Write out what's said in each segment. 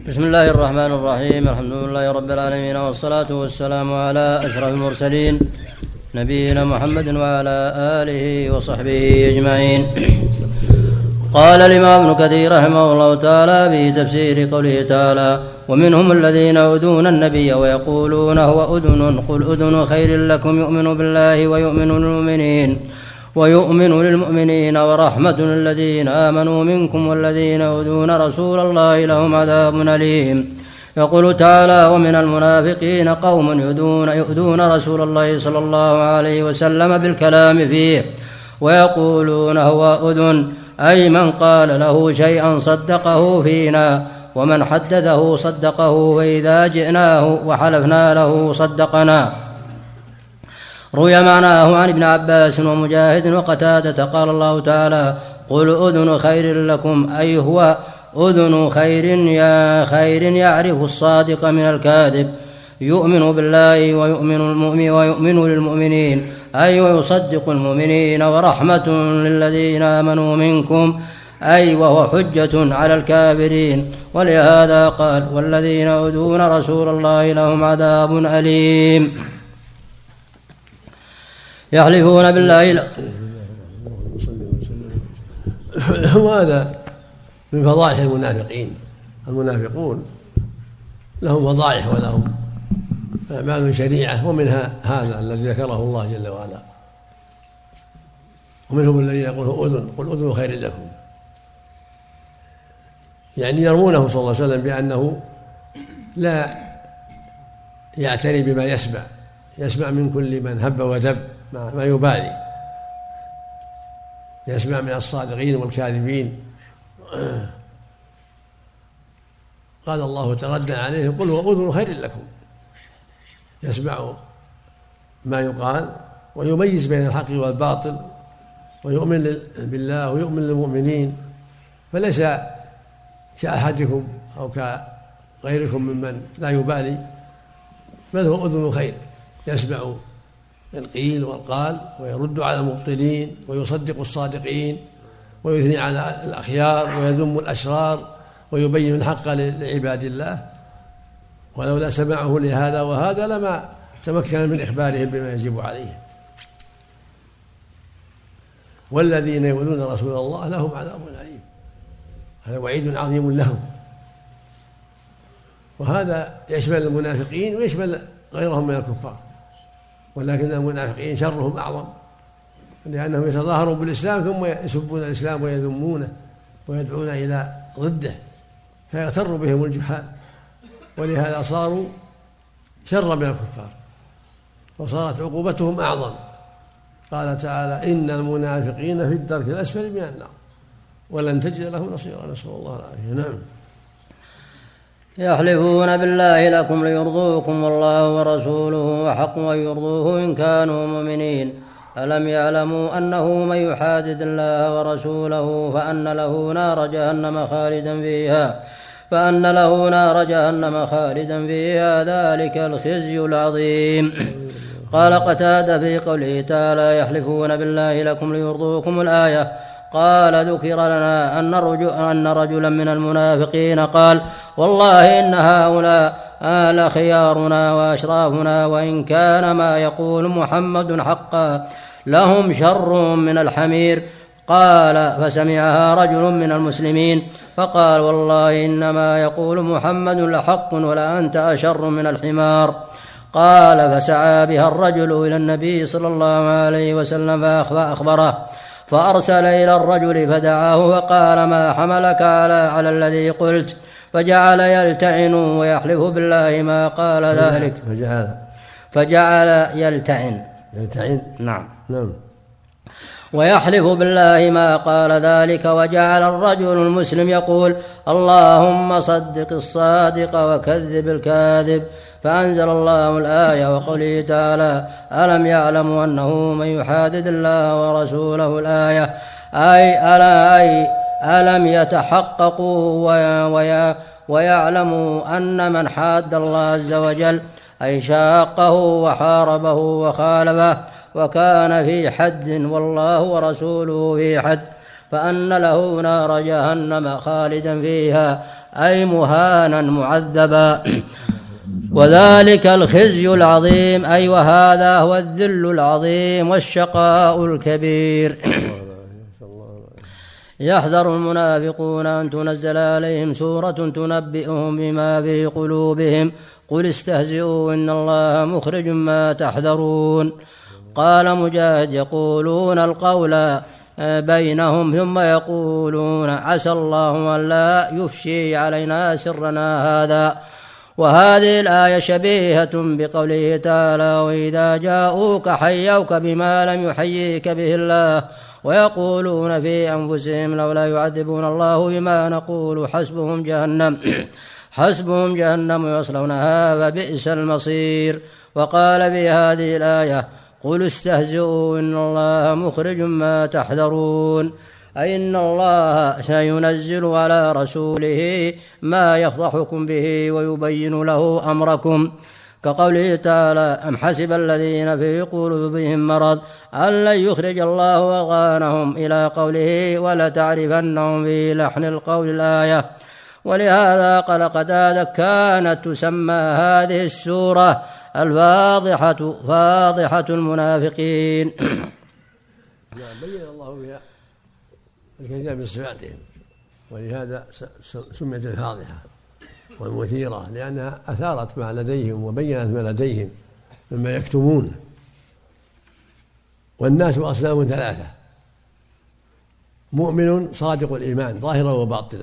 بسم الله الرحمن الرحيم. الحمد لله رب العالمين، والصلاة والسلام على أشرف المرسلين نبينا محمد وعلى آله وصحبه أجمعين. قال الإمام ابن كثير رحمه الله تعالى في تفسير قوله تعالى: ومنهم الذين يؤذون النبي ويقولون هو أذن، قل أذن خير لكم يؤمن بالله ويؤمن للمؤمنين ورحمة للذين آمنوا منكم والذين يؤذون رسول الله لهم عذاب أليم. يقول تعالى: ومن المنافقين قوم يؤذون رسول الله صلى الله عليه وسلم بالكلام فيه ويقولون هو أذن، أي من قال له شيئا صدقه فينا، ومن حدثه صدقه، وإذا جئناه وحلفنا له صدقنا. روي معناه عن ابن عباس ومجاهد وقتادة قال الله تعالى: قل أذن خير لكم، أي هو أذن خير يعرف الصادق من الكاذب، يؤمن بالله ويؤمن للمؤمنين، أي ويصدق المؤمنين، ورحمة للذين آمنوا منكم، أي وهو حجة على الكافرين. ولهذا قال: والذين يؤذون رسول الله لهم عذاب أليم. يحلفون بالله وهذا من فضائح المنافقين. المنافقون لهم فضائح ولهم أعمال شريعة، ومنها هذا الذي ذكره الله جل وعلا: ومنهم الذين يقول أذن، قل أذن خير لكم، يعني يرمونه صلى الله عليه وسلم بأنه لا يعتني بما يسمع من كل من هب ودب ما يبالي، يسمع من الصادقين والكاذبين. قال الله تردى عليه: قل وأذن خير لكم، يسمع ما يقال ويميز بين الحق والباطل، ويؤمن بالله ويؤمن للمؤمنين، فليس كأحدكم أو كغيركم ممن لا يبالي، بل هو أذن خير، يسمع القيل والقال، ويرد على المبطلين، ويصدق الصادقين، ويثني على الأخيار، ويذم الأشرار، ويبين الحق لعباد الله. ولولا سمعه لهذا وهذا لما تمكن من إخبارهم بما يجب عليه. والذين يؤذون رسول الله لهم عذاب أليم، هذا وعيد عظيم لهم. وهذا يشمل المنافقين ويشمل غيرهم من الكفار، ولكن المنافقين شرهم أعظم، لأنهم يتظاهرون بالإسلام ثم يسبون الإسلام ويذمونه ويدعون إلى ضده، فيغتر بهم الجحال، ولهذا صاروا شر من الكفار، وصارت عقوبتهم أعظم. قال تعالى: إن المنافقين في الدرك الأسفل من النار ولن تجد لهم نصيرا، نسأل الله العافية. نعم. يحلفون بالله لكم ليرضوكم والله ورسوله أحق أن يرضوه إن كانوا مؤمنين، ألم يعلموا أنه من يحادد الله ورسوله فأن له نار جهنم خالدا فيها ذلك الخزي العظيم. قال قتادة في قوله تعالى: يحلفون بالله لكم ليرضوكم الآية، قال: ذكر لنا أن رجلا من المنافقين قال: والله إن هؤلاء لخيارنا وأشرافنا، وإن كان ما يقول محمد حقا لهم شر من الحمير. قال: فسمعها رجل من المسلمين فقال: والله إنما يقول محمد لحق ولا أنت أشر من الحمار. قال: فسعى بها الرجل إلى النبي صلى الله عليه وسلم فأخبره، فأرسل إلى الرجل فدعاه وقال: ما حملك على الذي قلت؟ فجعل يلتعن ويحلف بالله ما قال ذلك. فجعل يلتعن. نعم. ويحلف بالله ما قال ذلك، وجعل الرجل المسلم يقول: اللهم صدق الصادق وكذب الكاذب. فأنزل الله الآية وقوله تعالى: ألم يعلموا أنه من يحادد الله ورسوله الآية، أي ألم يتحققوا ويعلموا أن من حاد الله عز وجل أي شاقه وحاربه وخالفه وكان في حد والله ورسوله في حد، فأن له نار جهنم خالدا فيها، أي مهانا معذبا، وذلك الخزي العظيم، أي وهذا هو الذل العظيم والشقاء الكبير. يحذر المنافقون أن تنزل عليهم سورة تنبئهم بما في قلوبهم قل استهزئوا إن الله مخرج ما تحذرون. قال مجاهد يقولون القول بينهم ثم يقولون عسى الله أن لا يفشي علينا سرنا هذا. وهذه الآية شبيهة بقوله تعالى وإذا جاءوك حيوك بما لم يحييك به الله ويقولون في أنفسهم لولا يعذبون الله بما نقول حسبهم جهنم يصلونها فبئس المصير. وقال في هذه الآية قل استهزئوا إن الله مخرج ما تحذرون، أي إن الله سينزل على رسوله ما يفضحكم به ويبين له أمركم، كقوله تعالى أم حسب الذين في قلوبهم مرض أن لن يخرج الله أضغانهم إلى قوله ولتعرفنهم في لحن القول الآية. ولهذا قال قتادة كانت تسمى هذه السورة الفاضحة فاضحة المنافقين. بين الله بها الكثير من صفاتهم، ولهذا سميت الفاضحة والمثيرة، لأنها أثارت ما لديهم وبينت ما لديهم مما يكتمون. والناس أصناف ثلاثة: مؤمن صادق الإيمان ظاهرا وباطنا،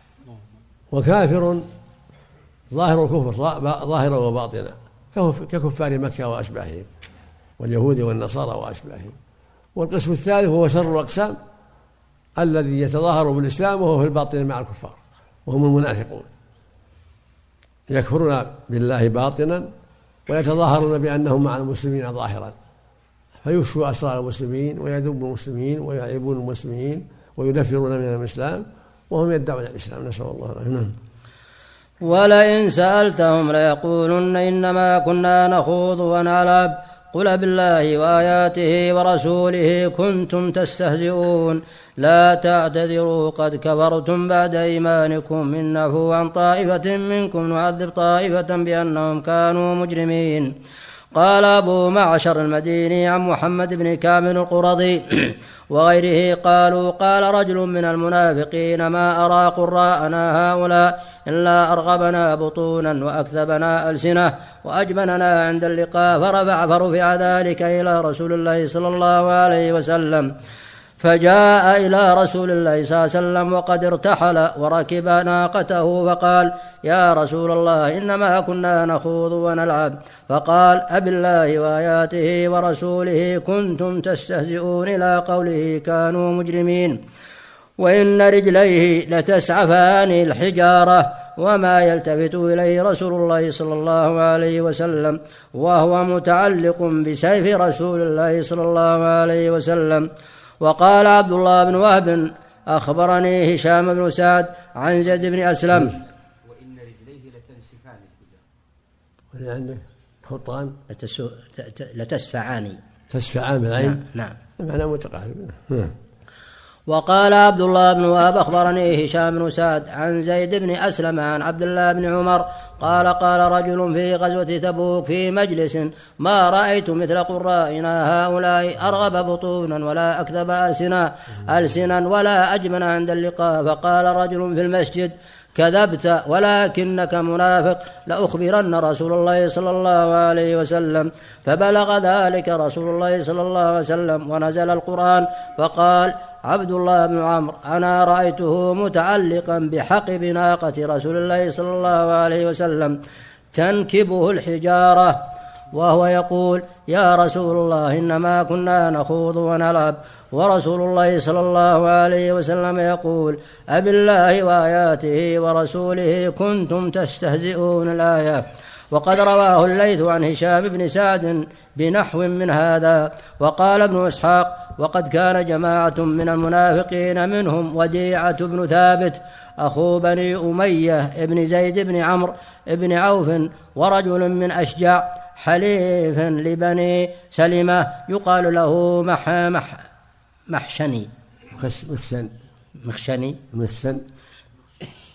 وكافر ظاهر الكفر ظاهرا وباطنا ككفار مكة وأشباههم واليهود والنصارى وأشباههم. والقسم الثالث هو شر الأقسام الذي يتظاهر بالإسلام وهو في الباطن مع الكفار، وهم المنافقون، يكفرون بالله باطنا ويتظاهرون بأنهم مع المسلمين ظاهرا، فيفشوا أسرار المسلمين ويذبوا المسلمين ويعيبون المسلمين ويدفرون من الإسلام وهم يدعون الإسلام، نسأل الله العافية. ولئن سألتهم ليقولن إنما كنا نخوض ونلعب قل بالله وآياته ورسوله كنتم تستهزئون لا تعتذروا قد كفرتم بعد إيمانكم إن نعفو عن طائفة منكم نعذب طائفة بأنهم كانوا مجرمين. قال أبو معشر المديني عن محمد بن كامل القرظي وغيره قالوا قال رجل من المنافقين ما أرى قراءنا هؤلاء إلا أرغبنا بطونا وأكذبنا ألسنة وأجبننا عند اللقاء، فرفع ذلك إلى رسول الله صلى الله عليه وسلم، فجاء إلى رسول الله صلى الله عليه وسلم وقد ارتحل وركب ناقته فقال يا رسول الله إنما كنا نخوض ونلعب، فقال أبالله وآياته ورسوله كنتم تستهزئون إلى قوله كانوا مجرمين، وإن رجليه لتسعفان الحجارة وما يلتفت إليه رسول الله صلى الله عليه وسلم وهو متعلق بسيف رسول الله صلى الله عليه وسلم. وقال عبد الله بن وهب أخبرني هشام بن سعد عن زيد بن أسلم وإن رجليه لتنسفان الحجارة، ولا عندك خطان لتسفعان تسفعان بالعين، نعم معنى متقارب. وقال عبد الله بن وهب أخبرني هشام بن سعد عن زيد بن أسلم عن عبد الله بن عمر قال قال رجل في غزوة تبوك في مجلس ما رأيت مثل قرائنا هؤلاء أرغب بطونا ولا أكذب ألسنا ولا أجمن عند اللقاء، فقال رجل في المسجد كذبت ولكنك منافق لأخبرن رسول الله صلى الله عليه وسلم، فبلغ ذلك رسول الله صلى الله عليه وسلم ونزل القرآن، فقال عبد الله بن عمرو أنا رأيته متعلقا بحقب ناقة رسول الله صلى الله عليه وسلم تنكبه الحجارة وهو يقول يا رسول الله إنما كنا نخوض ونلعب، ورسول الله صلى الله عليه وسلم يقول أبالله وآياته ورسوله كنتم تستهزئون الآية. وقد رواه الليث عن هشام بن سعد بنحو من هذا. وقال ابن إسحاق وقد كان جماعة من المنافقين منهم وديعة بن ثابت أخو بني أمية ابن زيد بن عمرو ابن عوف ورجل من أشجع حليف لبني سلمة يقال له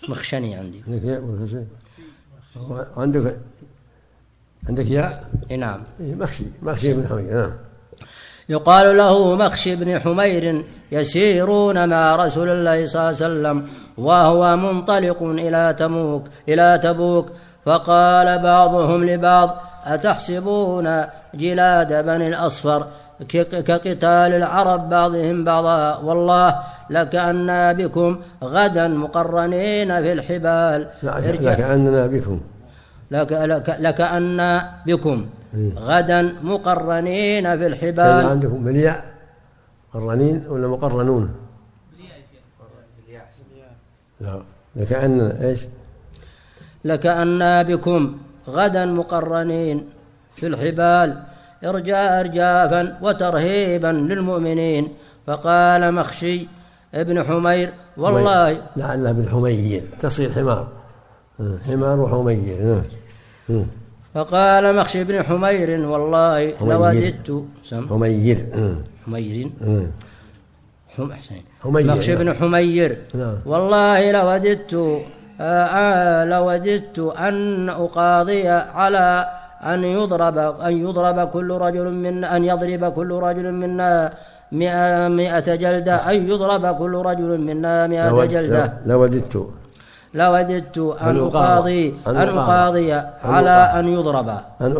مخشني عندي. عندك ياء؟ نعم. مخشي بن حمير. نعم. يقال له مخشي بن حمير يسيرون مع رسول الله صلى الله عليه وسلم وهو منطلق إلى تبوك فقال بعضهم لبعض أتحسبون جلاد بني الأصفر كقتال العرب بعضهم بعضا والله لكأننا بكم غدا مقرنين في الحبال. لكأننا بكم لكأننا بكم غدا مقرنين في الحبال. عندكم بالياء مقرنين ولا مقرنون؟ لا لكأننا ايش؟ لكأننا بكم غدا مقرنين في الحبال إرجافا وترهيبا للمؤمنين. فقال مخشي ابن حمير والله لعله بن حمير تصير حمار وحمير. فقال مخشي بن حمير والله لوددت مخشي بن حمير والله لوددت أن أقاضي على أن يضرب كل رجل منا أن يضرب كل رجل منا 100 جلدة أن يضرب كل رجل منا 100 جلدة. لوددت أن أقاضي على أن يضرب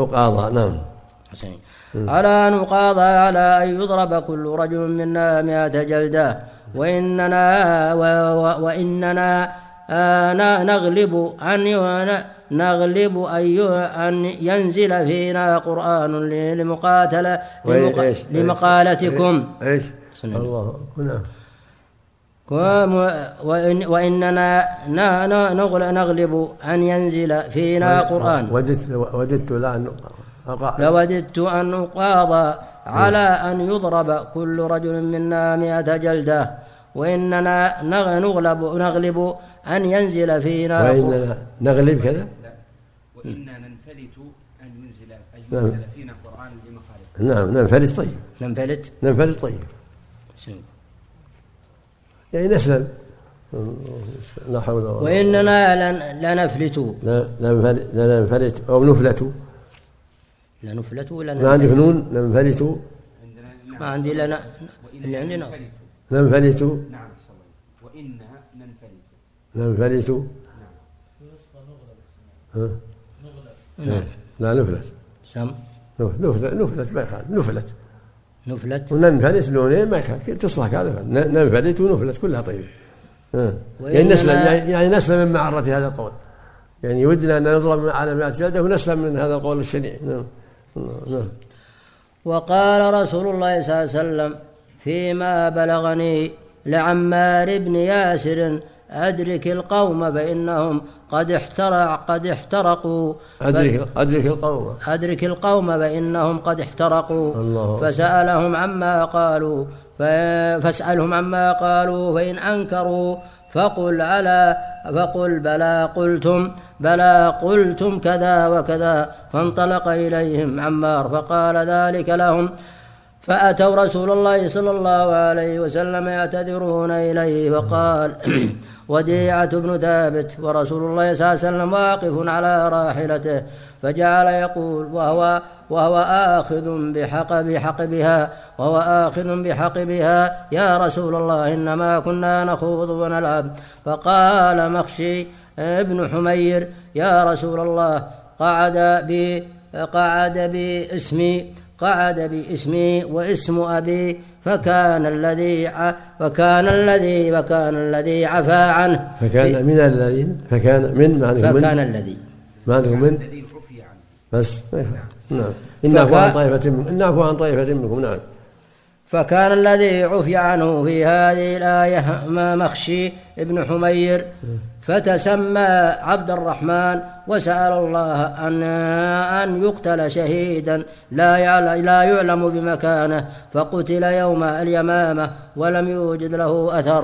على أن أقاضى على أن يضرب كل رجل منا 100 جلدة وإننا نغلب أن ينزل فينا قرآن لمقالتكم. إيش الله هنا. وإننا نغلب أن ينزل فينا قرآن. لوددت أن أقاضى على أن يضرب كل رجل منا 100 جلدة وإننا نغلب أن ينزل فينا وإننا نغلب كذا وإننا ننفلت أن ينزل فينا قرآن لمقالتكم. نعم ننفلت. طيب ننفلت طيب يعني نسلم. لا حول ولا قوة. وإننا لنفلت أو نفلت. ما عندك نون؟ ننفلت. ما عندي لنا اللي عندنا ننفلت. نعم وإنا ننفلت. نعم. لا نفلت. نفلت وننفلت لونين ما كان تصلح هذا. ننفلت ونفلت كلها طيب. يعني نسلم من معرة هذا القول. يعني ودنا أن نضرب على 100 جلدة ونسلم من هذا القول الشنيع. نعم. وقال رسول الله صلى الله عليه وسلم فيما بلغني لعمار بن ياسر أدرك القوم فإنهم قد احترقوا. أدرك القوم فإنهم قد احترقوا. فسألهم عما قالوا فاسألهم عما قالوا فإن أنكروا فقل بلى قلتم كذا وكذا. فانطلق إليهم عمار فقال ذلك لهم فأتوا رسول الله صلى الله عليه وسلم يعتذرون إليه فقال وديعة بن ثابت ورسول الله صلى الله عليه وسلم واقف على راحلته فجعل يقول وهو آخذ بحقبها يا رسول الله إنما كنا نخوض ونلعب. فقال مخشي ابن حمير يا رسول الله قعد باسمي واسم أبي فكان الذي عفا عنه. فكان من الذين الذي ما عندكم من عفي عنه بس. نعم إنه عن طائفة منكم. نعم. فكان الذي عفي عنه في هذه الآية مخشي ابن حمير فتسمى عبد الرحمن وسأل الله أن يقتل شهيدا لا يعلم بمكانه فقتل يوم اليمامة ولم يوجد له أثر.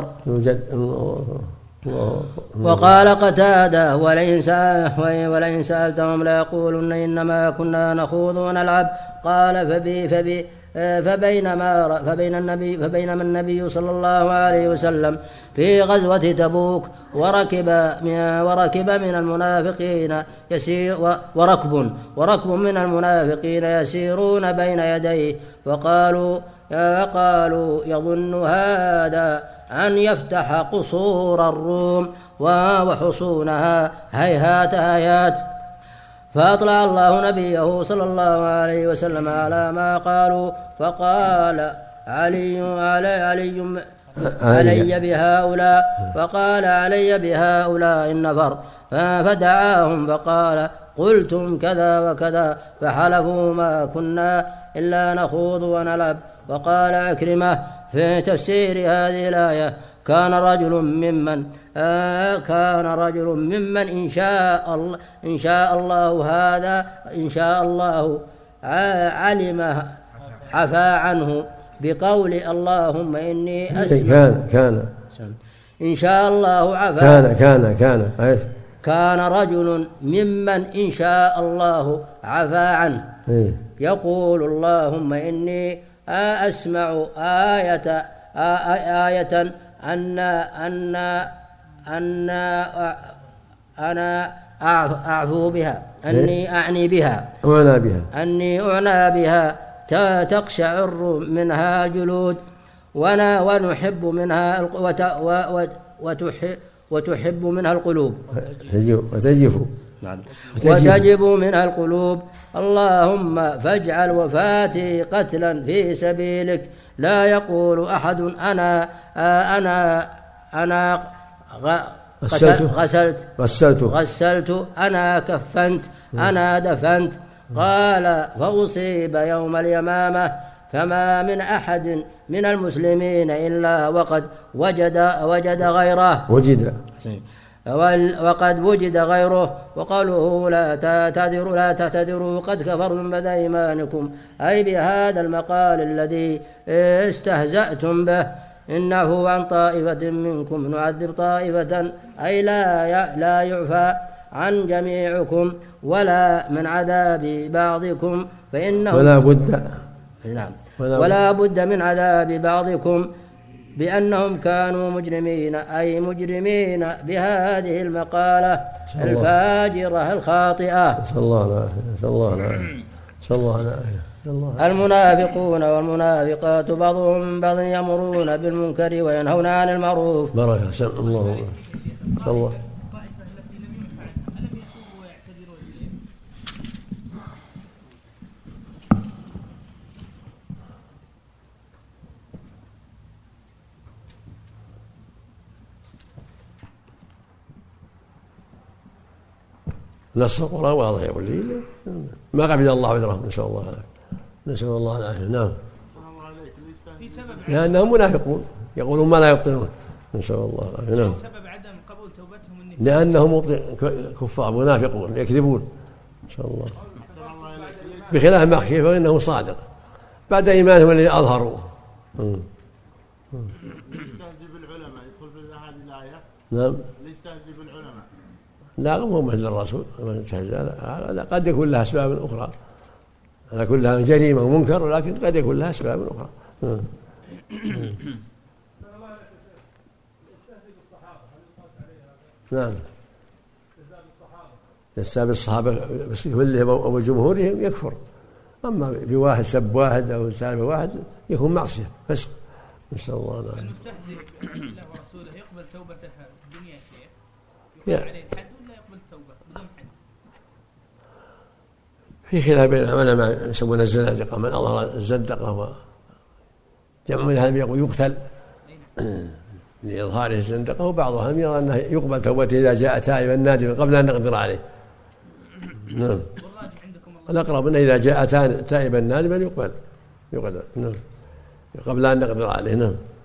وقال قتادة ولئن سألتهم ليقولن إنما كنا نخوض ونلعب. قال فبينما النبي صلى الله عليه وسلم في غزوة تبوك وركب من المنافقين وركب من المنافقين يسيرون بين يديه وقالوا يظن هذا أن يفتح قصور الروم وحصونها هيهات هيهات. فأطلع الله نبيه صلى الله عليه وسلم على ما قالوا فقال علي بهؤلاء النفر فدعاهم فقال قلتم كذا وكذا فحلفوا ما كنا إلا نخوض ونلعب. وقال عكرمة في تفسير هذه الآية كان رجل ممن إن شاء الله علم عفا عنه بقول اللهم إني أسمع. إن شاء الله عفا كان رجل ممن إن شاء الله عفا عنه يقول اللهم إني أسمع آية أنا أعفو بها أني أعنى بها تقشعر منها الجلود ونحب منها وتحب منها القلوب وتجب منها القلوب. اللهم فاجعل وفاتي قتلا في سبيلك لا يقول أحد أنا غسلت أنا كفنت أنا دفنت. قال فأصيب يوم اليمامة فما من أحد من المسلمين إلا وقد وجد غيره وقد وجد غيره. وقالوا لا تعتذروا قد كفرتم بعد إيمانكم أي بهذا المقال الذي استهزأتم به. إنه عن طائفة منكم نعذب طائفة أي لا يعفى عن جميعكم ولا من عذاب بعضكم فإنه ولا بد من عذاب بعضكم بأنهم كانوا مجرمين أي مجرمين بهذه المقالة الفاجرة الخاطئة. صلى الله عليه. المنافقون والمنافقات بعضهم من بعض يأمرون بالمنكر وينهون عن المعروف. بركة الله صلى الله. نص القرآن واضح يقول لي ما قبل الله عذرهم نسأل الله العافية. نعم لأنهم منافقون يقولون ما لا يبطلون نسأل الله العافية. نعم سبب عدم قبول توبتهم لأنهم كفار منافقون يكذبون نسأل الله بخلاف ما خشي فإنه صادق بعد إيمانهم الذي أظهروا. يستهزئ بالعلماء يدخل في هذه الآية. نعم يستهزئ بالعلماء لا هو مثل الرسول قد يكون لها أسباب أخرى على كلها جريمة ومنكر ولكن قد يكون لها أسباب أخرى. نعم يستهزئ بالصحابة كلهم وجمهورهم يكفر. أما بواحد سب واحد أو سالب واحد يكون معصية فسق نسأل الله العافية. المستهزئ بالله ورسوله يقبل توبته في الدنيا شيء يقبل عليه الحد ولا يقبل التوبة بدون حد؟ في خلاف بين العلماء يسمون الزنادقة من أظهر الزندقة جمع من هذا يقول يقتل لإظهاره الزندقة وبعضهم يرى أنه يقبل توبته إذا جاء تائبا نادما قبل أن نقدر عليه. نعم الأقرب أنه إذا جاء تائبا نادما يقبل نعم قبل أن نقدر عليه. نعم